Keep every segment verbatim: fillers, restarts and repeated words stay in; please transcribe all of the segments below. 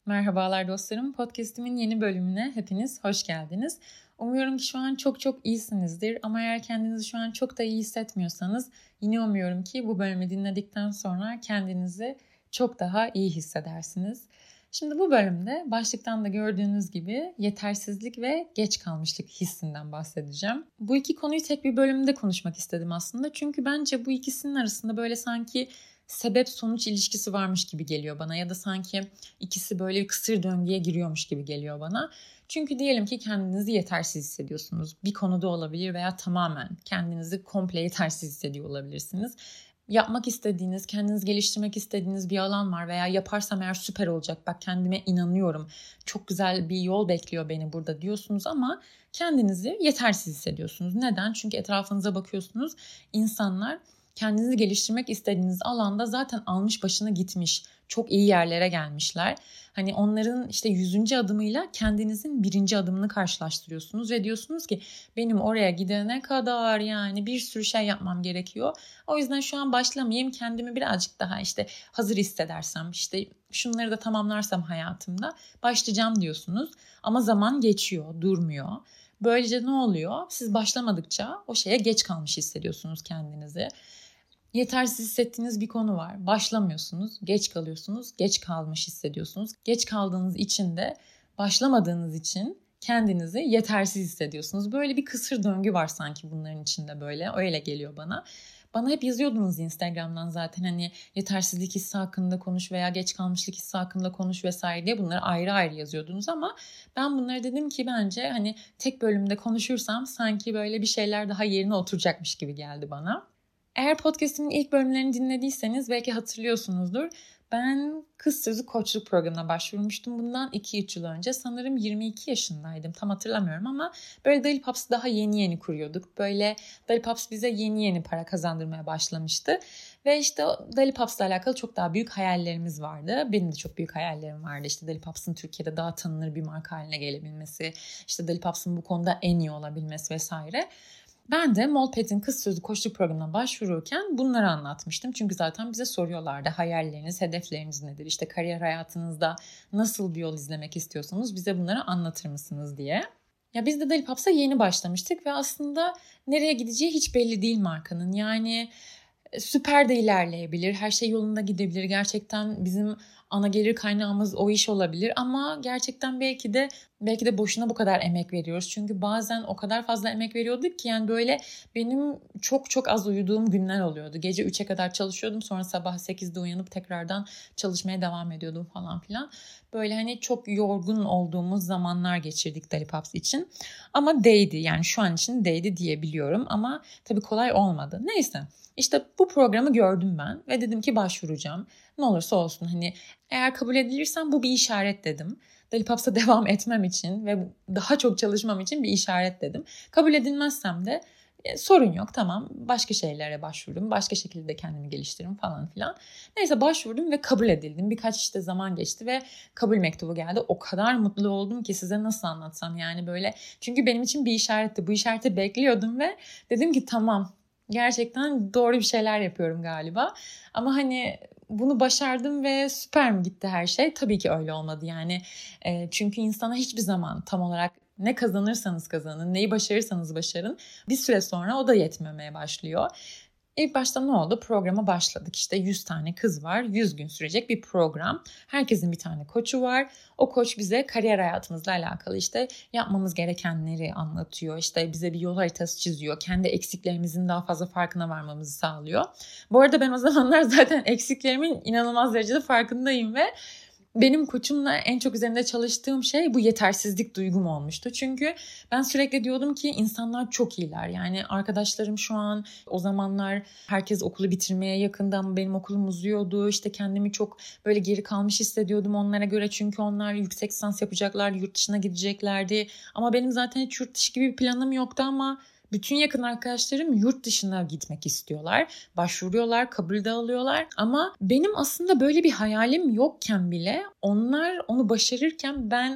Merhabalar dostlarım, podcast'imin yeni bölümüne hepiniz hoş geldiniz. Umuyorum ki şu an çok çok iyisinizdir ama eğer kendinizi şu an çok da iyi hissetmiyorsanız yine umuyorum ki bu bölümü dinledikten sonra kendinizi çok daha iyi hissedersiniz. Şimdi bu bölümde başlıktan da gördüğünüz gibi yetersizlik ve geç kalmışlık hissinden bahsedeceğim. Bu iki konuyu tek bir bölümde konuşmak istedim aslında çünkü bence bu ikisinin arasında böyle sanki sebep-sonuç ilişkisi varmış gibi geliyor bana ya da sanki ikisi böyle bir kısır döngüye giriyormuş gibi geliyor bana. Çünkü diyelim ki kendinizi yetersiz hissediyorsunuz. Bir konuda olabilir veya tamamen kendinizi komple yetersiz hissediyor olabilirsiniz. Yapmak istediğiniz, kendinizi geliştirmek istediğiniz bir alan var veya yaparsam eğer süper olacak, bak kendime inanıyorum, çok güzel bir yol bekliyor beni burada diyorsunuz ama kendinizi yetersiz hissediyorsunuz. Neden? Çünkü etrafınıza bakıyorsunuz, insanlar kendinizi geliştirmek istediğiniz alanda zaten almış başını gitmiş, çok iyi yerlere gelmişler. Hani onların işte yüzüncü adımıyla kendinizin birinci adımını karşılaştırıyorsunuz ve diyorsunuz ki benim oraya gidene kadar yani bir sürü şey yapmam gerekiyor. O yüzden şu an başlamayayım, kendimi birazcık daha işte hazır hissedersem, işte şunları da tamamlarsam hayatımda başlayacağım diyorsunuz. Ama zaman geçiyor, durmuyor. Böylece ne oluyor? Siz başlamadıkça o şeye geç kalmış hissediyorsunuz kendinizi. Yetersiz hissettiğiniz bir konu var. Başlamıyorsunuz, geç kalıyorsunuz, geç kalmış hissediyorsunuz. Geç kaldığınız için de başlamadığınız için kendinizi yetersiz hissediyorsunuz. Böyle bir kısır döngü var sanki bunların içinde böyle. Öyle geliyor bana. Bana hep yazıyordunuz Instagram'dan zaten hani yetersizlik hissi hakkında konuş veya geç kalmışlık hissi hakkında konuş vesaire diye bunları ayrı ayrı yazıyordunuz ama ben bunları dedim ki bence hani tek bölümde konuşursam sanki böyle bir şeyler daha yerine oturacakmış gibi geldi bana. Eğer podcast'imin ilk bölümlerini dinlediyseniz belki hatırlıyorsunuzdur. Ben Kız Sözü Koçluk programına başvurmuştum. Bundan iki üç yıl önce sanırım yirmi iki yaşındaydım. Tam hatırlamıyorum ama böyle Dali Paps'ı daha yeni yeni kuruyorduk. Böyle Dali Paps bize yeni yeni para kazandırmaya başlamıştı. Ve işte Dali Paps'la alakalı çok daha büyük hayallerimiz vardı. Benim de çok büyük hayallerim vardı. İşte Dali Paps'ın Türkiye'de daha tanınır bir marka haline gelebilmesi, işte Dali Paps'ın bu konuda en iyi olabilmesi vesaire. Ben de Molpet'in Kız Sözü Koçluk programına başvururken bunları anlatmıştım. Çünkü zaten bize soruyorlardı hayalleriniz, hedefleriniz nedir? İşte kariyer hayatınızda nasıl bir yol izlemek istiyorsanız bize bunları anlatır mısınız diye. Ya biz de Dali Paps'a yeni başlamıştık ve aslında nereye gideceği hiç belli değil markanın. Yani süper de ilerleyebilir, her şey yolunda gidebilir. Gerçekten bizim ana gelir kaynağımız o iş olabilir ama gerçekten belki de belki de boşuna bu kadar emek veriyoruz. Çünkü bazen o kadar fazla emek veriyorduk ki yani böyle benim çok çok az uyuduğum günler oluyordu. Gece üçe kadar çalışıyordum, sonra sabah sekizde uyanıp tekrardan çalışmaya devam ediyordum falan filan. Böyle hani çok yorgun olduğumuz zamanlar geçirdik Dali Paps için. Ama değdi, yani şu an için değdi diyebiliyorum ama tabii kolay olmadı. Neyse. İşte bu programı gördüm ben ve dedim ki başvuracağım. Ne olursa olsun hani eğer kabul edilirsem bu bir işaret dedim. Dali Paps'a devam etmem için ve daha çok çalışmam için bir işaret dedim. Kabul edilmezsem de e, sorun yok, tamam, başka şeylere başvururum, başka şekilde kendimi geliştiririm falan filan. Neyse başvurdum ve kabul edildim. Birkaç işte zaman geçti ve kabul mektubu geldi. O kadar mutlu oldum ki size nasıl anlatsam yani böyle. Çünkü benim için bir işaretti. Bu işareti bekliyordum ve dedim ki tamam, gerçekten doğru bir şeyler yapıyorum galiba. Ama hani bunu başardım ve süper mi gitti her şey? Tabii ki öyle olmadı yani. E, çünkü insana hiçbir zaman tam olarak ne kazanırsanız kazanın, neyi başarırsanız başarın, bir süre sonra o da yetmemeye başlıyor. İlk başta ne oldu? Programa başladık. İşte yüz tane kız var. yüz gün sürecek bir program. Herkesin bir tane koçu var. O koç bize kariyer hayatımızla alakalı işte yapmamız gerekenleri anlatıyor. İşte bize bir yol haritası çiziyor. Kendi eksiklerimizin daha fazla farkına varmamızı sağlıyor. Bu arada ben o zamanlar zaten eksiklerimin inanılmaz derecede farkındayım ve benim koçumla en çok üzerinde çalıştığım şey bu yetersizlik duygum olmuştu. Çünkü ben sürekli diyordum ki insanlar çok iyiler. Yani arkadaşlarım şu an, o zamanlar herkes okulu bitirmeye yakında ama benim okulum uzuyordu. İşte kendimi çok böyle geri kalmış hissediyordum onlara göre. Çünkü onlar yüksek lisans yapacaklar, yurt dışına gideceklerdi. Ama benim zaten hiç yurt dışı gibi bir planım yoktu ama bütün yakın arkadaşlarım yurt dışına gitmek istiyorlar. Başvuruyorlar, kabul de alıyorlar. Ama benim aslında böyle bir hayalim yokken bile onlar onu başarırken ben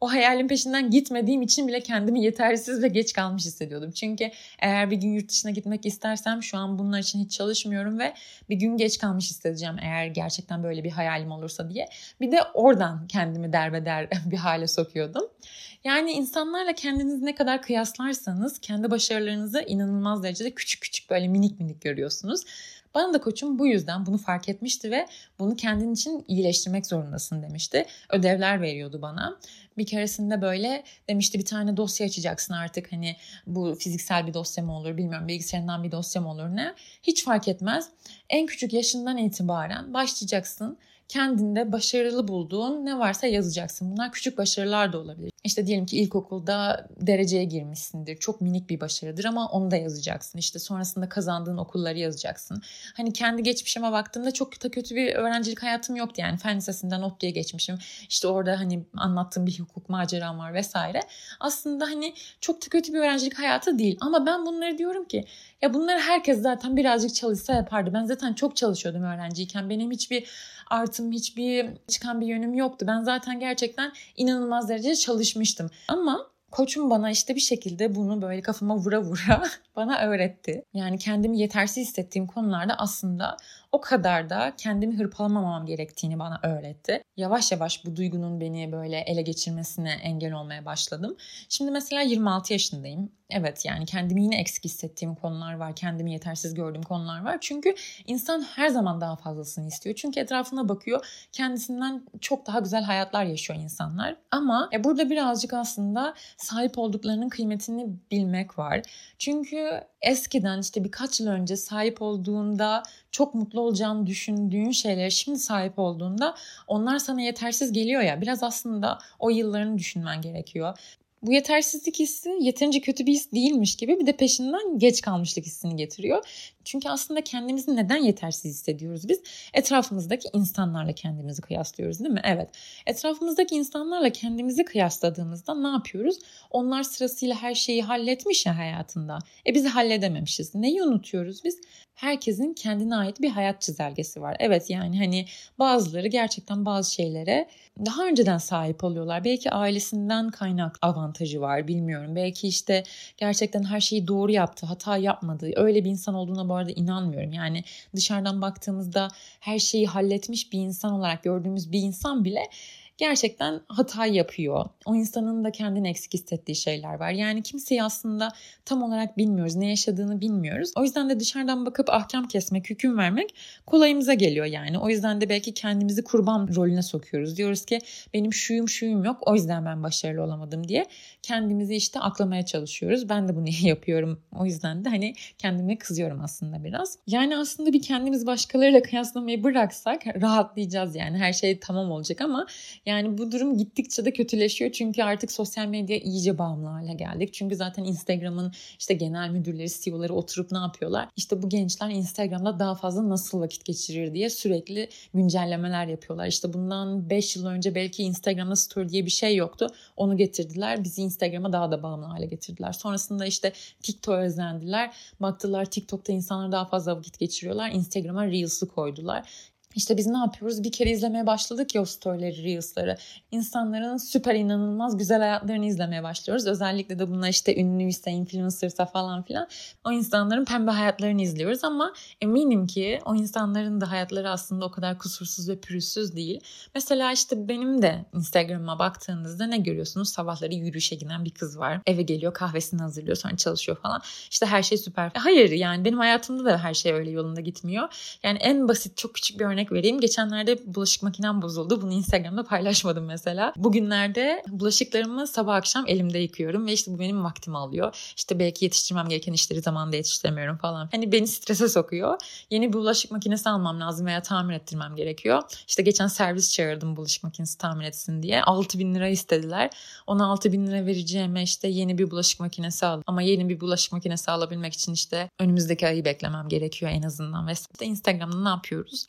o hayalin peşinden gitmediğim için bile kendimi yetersiz ve geç kalmış hissediyordum. Çünkü eğer bir gün yurt dışına gitmek istersem şu an bunlar için hiç çalışmıyorum ve bir gün geç kalmış hissedeceğim eğer gerçekten böyle bir hayalim olursa diye. Bir de oradan kendimi derbeder bir hale sokuyordum. Yani insanlarla kendinizi ne kadar kıyaslarsanız kendi başarılarınızı inanılmaz derecede küçük küçük böyle minik minik görüyorsunuz. Bana da koçum bu yüzden bunu fark etmişti ve bunu kendin için iyileştirmek zorundasın demişti. Ödevler veriyordu bana. Bir keresinde böyle demişti bir tane dosya açacaksın artık, hani bu fiziksel bir dosya mı olur bilmiyorum, bilgisayarından bir dosya mı olur ne, hiç fark etmez. En küçük yaşından itibaren başlayacaksın. Kendinde başarılı bulduğun ne varsa yazacaksın. Bunlar küçük başarılar da olabilir. İşte diyelim ki ilkokulda dereceye girmişsindir. Çok minik bir başarıdır ama onu da yazacaksın. İşte sonrasında kazandığın okulları yazacaksın. Hani kendi geçmişime baktığımda çok da kötü bir öğrencilik hayatım yoktu. Yani fen lisesinden ODTÜ'ye geçmişim. İşte orada hani anlattığım bir hukuk maceram var vesaire. Aslında hani çok da kötü bir öğrencilik hayatı değil. Ama ben bunları diyorum ki ya bunları herkes zaten birazcık çalışsa yapardı. Ben zaten çok çalışıyordum öğrenciyken. Benim hiçbir artım, hiçbir çıkan bir yönüm yoktu. Ben zaten gerçekten inanılmaz derecede çalışmıştım. Ama koçum bana işte bir şekilde bunu böyle kafama vura vura bana öğretti. Yani kendimi yetersiz hissettiğim konularda aslında o kadar da kendimi hırpalamamam gerektiğini bana öğretti. Yavaş yavaş bu duygunun beni böyle ele geçirmesine engel olmaya başladım. Şimdi mesela yirmi altı yaşındayım. Evet, yani kendimi yine eksik hissettiğim konular var. Kendimi yetersiz gördüğüm konular var. Çünkü insan her zaman daha fazlasını istiyor. Çünkü etrafına bakıyor. Kendisinden çok daha güzel hayatlar yaşıyor insanlar. Ama e, burada birazcık aslında sahip olduklarının kıymetini bilmek var. Çünkü eskiden işte birkaç yıl önce sahip olduğunda çok mutlu olacağını düşündüğün şeylere şimdi sahip olduğunda onlar sana yetersiz geliyor ya. Biraz aslında o yıllarını düşünmen gerekiyor. Bu yetersizlik hissi yeterince kötü bir his değilmiş gibi bir de peşinden geç kalmışlık hissini getiriyor. Çünkü aslında kendimizi neden yetersiz hissediyoruz biz? Etrafımızdaki insanlarla kendimizi kıyaslıyoruz değil mi? Evet. Etrafımızdaki insanlarla kendimizi kıyasladığımızda ne yapıyoruz? Onlar sırasıyla her şeyi halletmiş ya hayatında. E biz halledememişiz. Neyi unutuyoruz biz? Herkesin kendine ait bir hayat çizelgesi var. Evet, yani hani bazıları gerçekten bazı şeylere daha önceden sahip oluyorlar. Belki ailesinden kaynak avantajı var, bilmiyorum. Belki işte gerçekten her şeyi doğru yaptı, hata yapmadı. Öyle bir insan olduğuna bu arada inanmıyorum. Yani dışarıdan baktığımızda her şeyi halletmiş bir insan olarak gördüğümüz bir insan bile gerçekten hata yapıyor. O insanın da kendini eksik hissettiği şeyler var. Yani kimseyi aslında tam olarak bilmiyoruz. Ne yaşadığını bilmiyoruz. O yüzden de dışarıdan bakıp ahkam kesmek, hüküm vermek kolayımıza geliyor yani. O yüzden de belki kendimizi kurban rolüne sokuyoruz. Diyoruz ki benim şuyum şuyum yok, o yüzden ben başarılı olamadım diye kendimizi işte aklamaya çalışıyoruz. Ben de bunu yapıyorum. O yüzden de hani kendime kızıyorum aslında biraz. Yani aslında bir kendimizi başkalarıyla kıyaslamayı bıraksak rahatlayacağız yani. Her şey tamam olacak ama yani bu durum gittikçe de kötüleşiyor. Çünkü artık sosyal medyaya iyice bağımlı hale geldik. Çünkü zaten Instagram'ın işte genel müdürleri, C E O'ları oturup ne yapıyorlar? İşte bu gençler Instagram'da daha fazla nasıl vakit geçirir diye sürekli güncellemeler yapıyorlar. İşte bundan beş yıl önce belki Instagram'da story diye bir şey yoktu. Onu getirdiler. Bizi Instagram'a daha da bağımlı hale getirdiler. Sonrasında işte TikTok'a özendiler. Baktılar TikTok'ta insanlar daha fazla vakit geçiriyorlar. Instagram'a Reels'ı koydular. İşte biz ne yapıyoruz? Bir kere izlemeye başladık ya o storyleri, reels'ları. İnsanların süper inanılmaz güzel hayatlarını izlemeye başlıyoruz. Özellikle de bunlar işte ünlüyse, influencer'sa falan filan o insanların pembe hayatlarını izliyoruz ama eminim ki o insanların da hayatları aslında o kadar kusursuz ve pürüzsüz değil. Mesela işte benim de Instagram'a baktığınızda ne görüyorsunuz? Sabahları yürüyüşe giden bir kız var. Eve geliyor, kahvesini hazırlıyor, sonra çalışıyor falan. İşte her şey süper. Hayır, yani benim hayatımda da her şey öyle yolunda gitmiyor. Yani en basit, çok küçük bir örnek vereyim. Geçenlerde bulaşık makinem bozuldu. Bunu Instagram'da paylaşmadım mesela. Bugünlerde bulaşıklarımı sabah akşam elimde yıkıyorum ve işte bu benim vaktimi alıyor. İşte belki yetiştirmem gereken işleri zamanında yetiştiremiyorum falan. Hani beni strese sokuyor. Yeni bir bulaşık makinesi almam lazım veya tamir ettirmem gerekiyor. İşte geçen servis çağırdım bulaşık makinesi tamir etsin diye. altı bin lira istediler. Ona altı bin lira vereceğime işte yeni bir bulaşık makinesi aldım. Ama yeni bir bulaşık makinesi alabilmek için işte önümüzdeki ayı beklemem gerekiyor en azından. Ve işte Instagram'da ne yapıyoruz? Çoğu zaman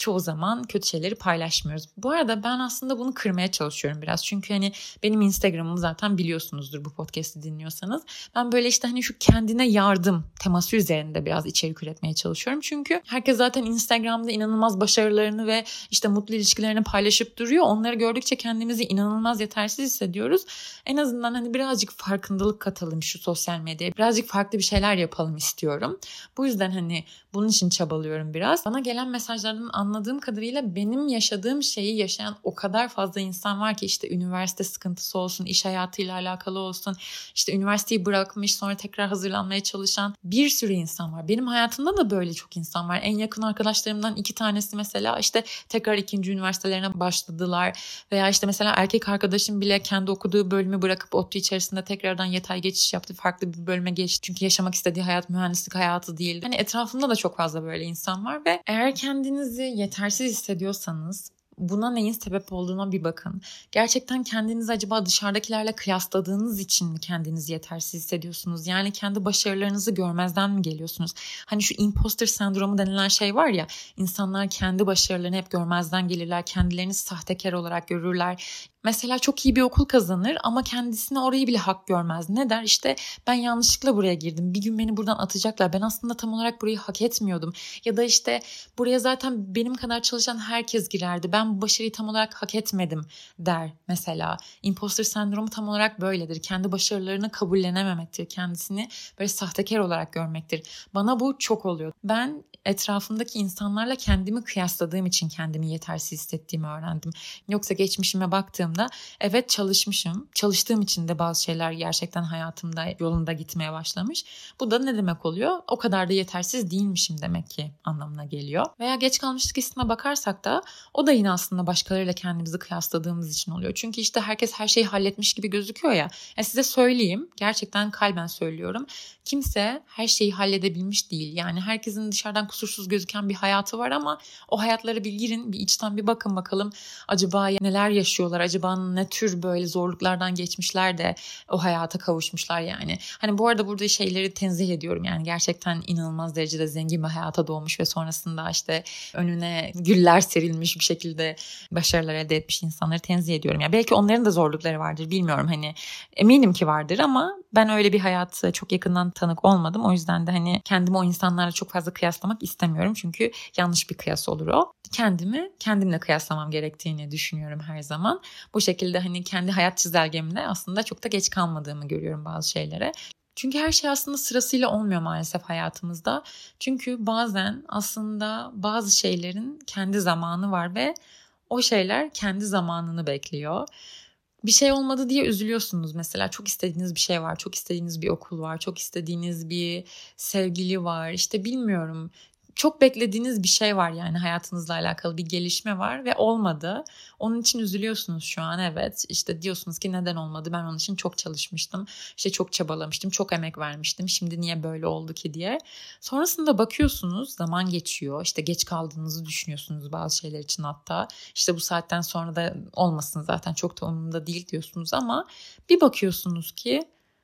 zaman kötü şeyleri paylaşmıyoruz. Bu arada ben aslında bunu kırmaya çalışıyorum biraz. Çünkü hani benim Instagram'ımı zaten biliyorsunuzdur bu podcast'i dinliyorsanız. Ben böyle işte hani şu kendine yardım teması üzerinde biraz içerik üretmeye çalışıyorum. Çünkü herkes zaten Instagram'da inanılmaz başarılarını ve işte mutlu ilişkilerini paylaşıp duruyor. Onları gördükçe kendimizi inanılmaz yetersiz hissediyoruz. En azından hani birazcık farkındalık katalım şu sosyal medyaya. Birazcık farklı bir şeyler yapalım istiyorum. Bu yüzden hani bunun için çabalıyorum biraz. Bana gelen mesajlardan anladığım kadarıyla benim yaşadığım şeyi yaşayan o kadar fazla insan var ki işte üniversite sıkıntısı olsun, iş hayatıyla alakalı olsun, işte üniversiteyi bırakmış sonra tekrar hazırlanmaya çalışan bir sürü insan var. Benim hayatımda da böyle çok insan var. En yakın arkadaşlarımdan iki tanesi mesela işte tekrar ikinci üniversitelerine başladılar veya işte mesela erkek arkadaşım bile kendi okuduğu bölümü bırakıp ODTÜ içerisinde tekrardan yatay geçiş yaptı. Farklı bir bölüme geçti. Çünkü yaşamak istediği hayat mühendislik hayatı değildi. Hani etrafımda da çok fazla böyle insan var ve eğer kendinizi yetersiz hissediyorsanız buna neyin sebep olduğuna bir bakın. Gerçekten kendinizi acaba dışarıdakilerle kıyasladığınız için mi kendinizi yetersiz hissediyorsunuz? Yani kendi başarılarınızı görmezden mi geliyorsunuz? Hani şu imposter sendromu denilen şey var ya, insanlar kendi başarılarını hep görmezden gelirler, kendilerini sahtekar olarak görürler. Mesela çok iyi bir okul kazanır ama kendisine orayı bile hak görmez. Ne der? İşte ben yanlışlıkla buraya girdim. Bir gün beni buradan atacaklar. Ben aslında tam olarak burayı hak etmiyordum. Ya da işte buraya zaten benim kadar çalışan herkes girerdi. Ben bu başarıyı tam olarak hak etmedim der mesela. Imposter sendromu tam olarak böyledir. Kendi başarılarını kabullenememektir. Kendisini böyle sahtekar olarak görmektir. Bana bu çok oluyor. Ben etrafımdaki insanlarla kendimi kıyasladığım için kendimi yetersiz hissettiğimi öğrendim. Yoksa geçmişime baktığımda evet çalışmışım. Çalıştığım için de bazı şeyler gerçekten hayatımda yolunda gitmeye başlamış. Bu da ne demek oluyor? O kadar da yetersiz değilmişim demek ki anlamına geliyor. Veya geç kalmışlık hissine bakarsak da o da yine aslında başkalarıyla kendimizi kıyasladığımız için oluyor. Çünkü işte herkes her şeyi halletmiş gibi gözüküyor ya. Ya size söyleyeyim, gerçekten kalben söylüyorum. Kimse her şeyi halledebilmiş değil. Yani herkesin dışarıdan kusursuz gözüken bir hayatı var ama o hayatlara bir girin, bir içten bir bakın bakalım. Acaba neler yaşıyorlar? Acaba ne tür böyle zorluklardan geçmişler de o hayata kavuşmuşlar yani. Hani bu arada burada şeyleri tenzih ediyorum. Yani gerçekten inanılmaz derecede zengin bir hayata doğmuş ve sonrasında işte önüne güller serilmiş bir şekilde başarılar elde etmiş insanları tenzih ediyorum. Yani belki onların da zorlukları vardır, bilmiyorum, hani eminim ki vardır ama ben öyle bir hayatı çok yakından tanık olmadım. O yüzden de hani kendimi o insanlarla çok fazla kıyaslamak istemiyorum. Çünkü yanlış bir kıyas olur o. Kendimi kendimle kıyaslamam gerektiğini düşünüyorum her zaman. Bu şekilde hani kendi hayat çizelgemde aslında çok da geç kalmadığımı görüyorum bazı şeylere. Çünkü her şey aslında sırasıyla olmuyor maalesef hayatımızda. Çünkü bazen aslında bazı şeylerin kendi zamanı var ve o şeyler kendi zamanını bekliyor. Bir şey olmadı diye üzülüyorsunuz mesela. Çok istediğiniz bir şey var, çok istediğiniz bir okul var, çok istediğiniz bir sevgili var. İşte bilmiyorum. Çok beklediğiniz bir şey var yani hayatınızla alakalı bir gelişme var ve olmadı. Onun için üzülüyorsunuz şu an, evet. İşte diyorsunuz ki neden olmadı? Ben onun için çok çalışmıştım. İşte çok çabalamıştım, çok emek vermiştim. Şimdi niye böyle oldu ki diye. Sonrasında bakıyorsunuz, zaman geçiyor. İşte geç kaldığınızı düşünüyorsunuz bazı şeyler için hatta. İşte bu saatten sonra da olmasın zaten, çok da umurumda değil diyorsunuz ama bir bakıyorsunuz ki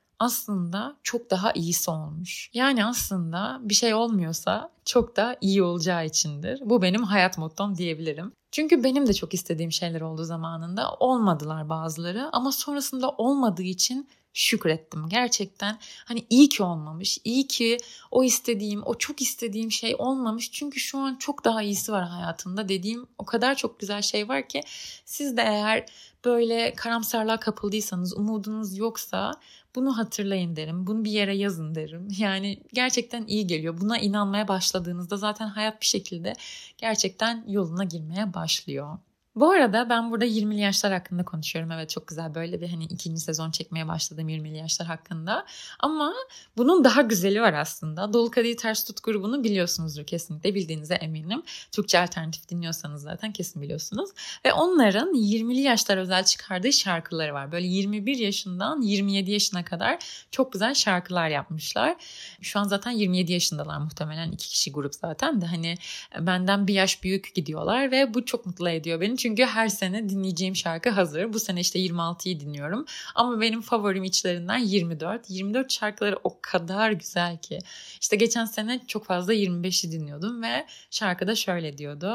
aslında çok daha iyisi olmuş. Yani aslında bir şey olmuyorsa çok da iyi olacağı içindir. Bu benim hayat mottom diyebilirim. Çünkü benim de çok istediğim şeyler oldu zamanında. Olmadılar bazıları ama sonrasında olmadığı için şükrettim. Gerçekten hani iyi ki olmamış. İyi ki o istediğim, o çok istediğim şey olmamış. Çünkü şu an çok daha iyisi var hayatımda dediğim o kadar çok güzel şey var ki siz de eğer böyle karamsarlığa kapıldıysanız, umudunuz yoksa bunu hatırlayın derim. Bunu bir yere yazın derim. Yani gerçekten iyi geliyor. Buna inanmaya başladığınızda zaten hayat bir şekilde gerçekten yoluna girmeye başlıyor. Bu arada ben burada yirmili yaşlar hakkında konuşuyorum. Evet, çok güzel böyle bir hani ikinci sezon çekmeye başladım yirmili yaşlar hakkında. Ama bunun daha güzeli var aslında. Dolu Kadehi Ters Tut grubunu biliyorsunuzdur kesinlikle. Bildiğinize eminim. Türkçe alternatif dinliyorsanız zaten kesin biliyorsunuz. Ve onların yirmili yaşlar özel çıkardığı şarkıları var. Böyle yirmi bir yaşından yirmi yedi yaşına kadar çok güzel şarkılar yapmışlar. Şu an zaten yirmi yedi yaşındalar muhtemelen, iki kişi grup zaten de hani benden bir yaş büyük gidiyorlar ve bu çok mutlu ediyor beni. Çünkü her sene dinleyeceğim şarkı hazır. Bu sene işte yirmi altıyı dinliyorum. Ama benim favorim içlerinden yirmi dört. yirmi dört şarkıları o kadar güzel ki. İşte geçen sene çok fazla yirmi beşi dinliyordum ve şarkıda şöyle diyordu.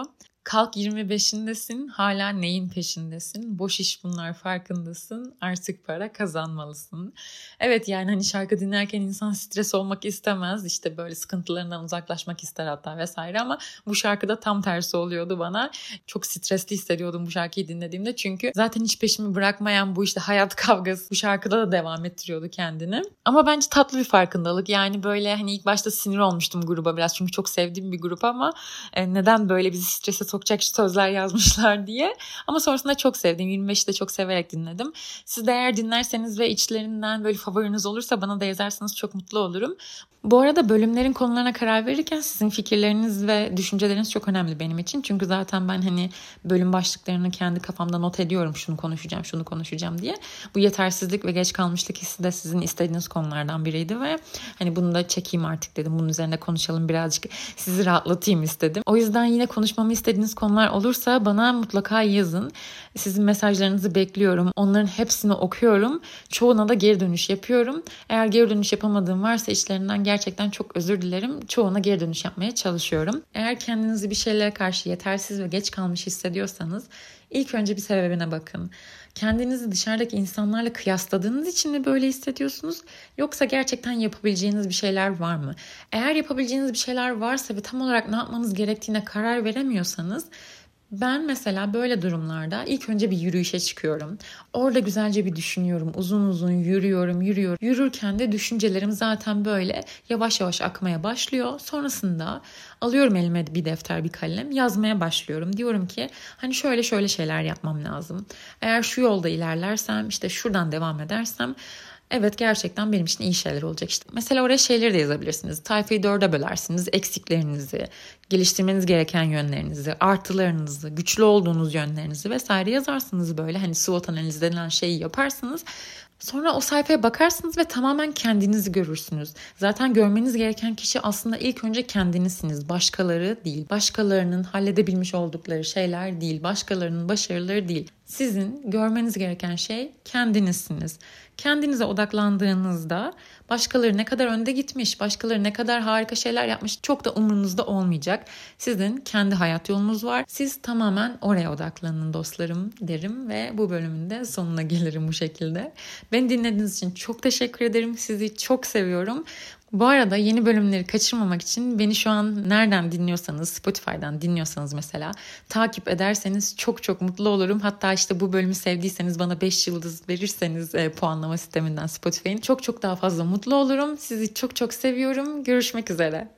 Kalk yirmi beşindesin, hala neyin peşindesin? Boş iş bunlar, farkındasın. Artık para kazanmalısın. Evet, yani hani şarkı dinlerken insan stres olmak istemez. İşte böyle sıkıntılarından uzaklaşmak ister hatta vesaire, ama bu şarkıda tam tersi oluyordu bana. Çok stresli hissediyordum bu şarkıyı dinlediğimde. Çünkü zaten hiç peşimi bırakmayan bu işte hayat kavgası bu şarkıda da devam ettiriyordu kendini. Ama bence tatlı bir farkındalık. Yani böyle hani ilk başta sinir olmuştum gruba biraz. Çünkü çok sevdiğim bir grup ama e, neden böyle bizi strese sokacak sözler yazmışlar diye. Ama sonrasında çok sevdim. yirmi beşi de çok severek dinledim. Siz de eğer dinlerseniz ve içlerinden böyle favoriniz olursa bana da yazarsanız çok mutlu olurum. Bu arada bölümlerin konularına karar verirken sizin fikirleriniz ve düşünceleriniz çok önemli benim için. Çünkü zaten ben hani bölüm başlıklarını kendi kafamda not ediyorum. Şunu konuşacağım, şunu konuşacağım diye. Bu yetersizlik ve geç kalmışlık hissi de sizin istediğiniz konulardan biriydi ve hani bunu da çekeyim artık dedim. Bunun üzerine konuşalım, birazcık sizi rahatlatayım istedim. O yüzden yine konuşmamı istediğiniz konular olursa bana mutlaka yazın. Sizin mesajlarınızı bekliyorum. Onların hepsini okuyorum. Çoğuna da geri dönüş yapıyorum. Eğer geri dönüş yapamadığım varsa içlerinden gerçekten çok özür dilerim. Çoğuna geri dönüş yapmaya çalışıyorum. Eğer kendinizi bir şeylere karşı yetersiz ve geç kalmış hissediyorsanız ilk önce bir sebebine bakın. Kendinizi dışarıdaki insanlarla kıyasladığınız için mi böyle hissediyorsunuz? Yoksa gerçekten yapabileceğiniz bir şeyler var mı? Eğer yapabileceğiniz bir şeyler varsa ve tam olarak ne yapmanız gerektiğine karar veremiyorsanız, ben mesela böyle durumlarda ilk önce bir yürüyüşe çıkıyorum. Orada güzelce bir düşünüyorum. Uzun uzun yürüyorum, yürüyorum. Yürürken de düşüncelerim zaten böyle yavaş yavaş akmaya başlıyor. Sonrasında alıyorum elime bir defter, bir kalem, yazmaya başlıyorum. Diyorum ki hani şöyle şöyle şeyler yapmam lazım. Eğer şu yolda ilerlersem, işte şuradan devam edersem, evet gerçekten benim için iyi şeyler olacak işte. Mesela oraya şeyleri de yazabilirsiniz. Sayfayı dörde bölersiniz. Eksiklerinizi, geliştirmeniz gereken yönlerinizi, artılarınızı, güçlü olduğunuz yönlerinizi vesaire yazarsınız böyle. Hani SWOT analizi denilen şeyi yaparsınız. Sonra o sayfaya bakarsınız ve tamamen kendinizi görürsünüz. Zaten görmeniz gereken kişi aslında ilk önce kendinizsiniz. Başkaları değil. Başkalarının halledebilmiş oldukları şeyler değil. Başkalarının başarıları değil. Sizin görmeniz gereken şey kendinizsiniz. Kendinize odaklandığınızda başkaları ne kadar önde gitmiş, başkaları ne kadar harika şeyler yapmış çok da umurunuzda olmayacak. Sizin kendi hayat yolunuz var. Siz tamamen oraya odaklanın dostlarım derim ve bu bölümün de sonuna gelirim bu şekilde. Beni dinlediğiniz için çok teşekkür ederim. Sizi çok seviyorum. Bu arada yeni bölümleri kaçırmamak için beni şu an nereden dinliyorsanız, Spotify'dan dinliyorsanız mesela takip ederseniz çok çok mutlu olurum. Hatta işte bu bölümü sevdiyseniz bana beş yıldız verirseniz e, puanlama sisteminden Spotify'ın çok çok daha fazla mutlu olurum. Sizi çok çok seviyorum. Görüşmek üzere.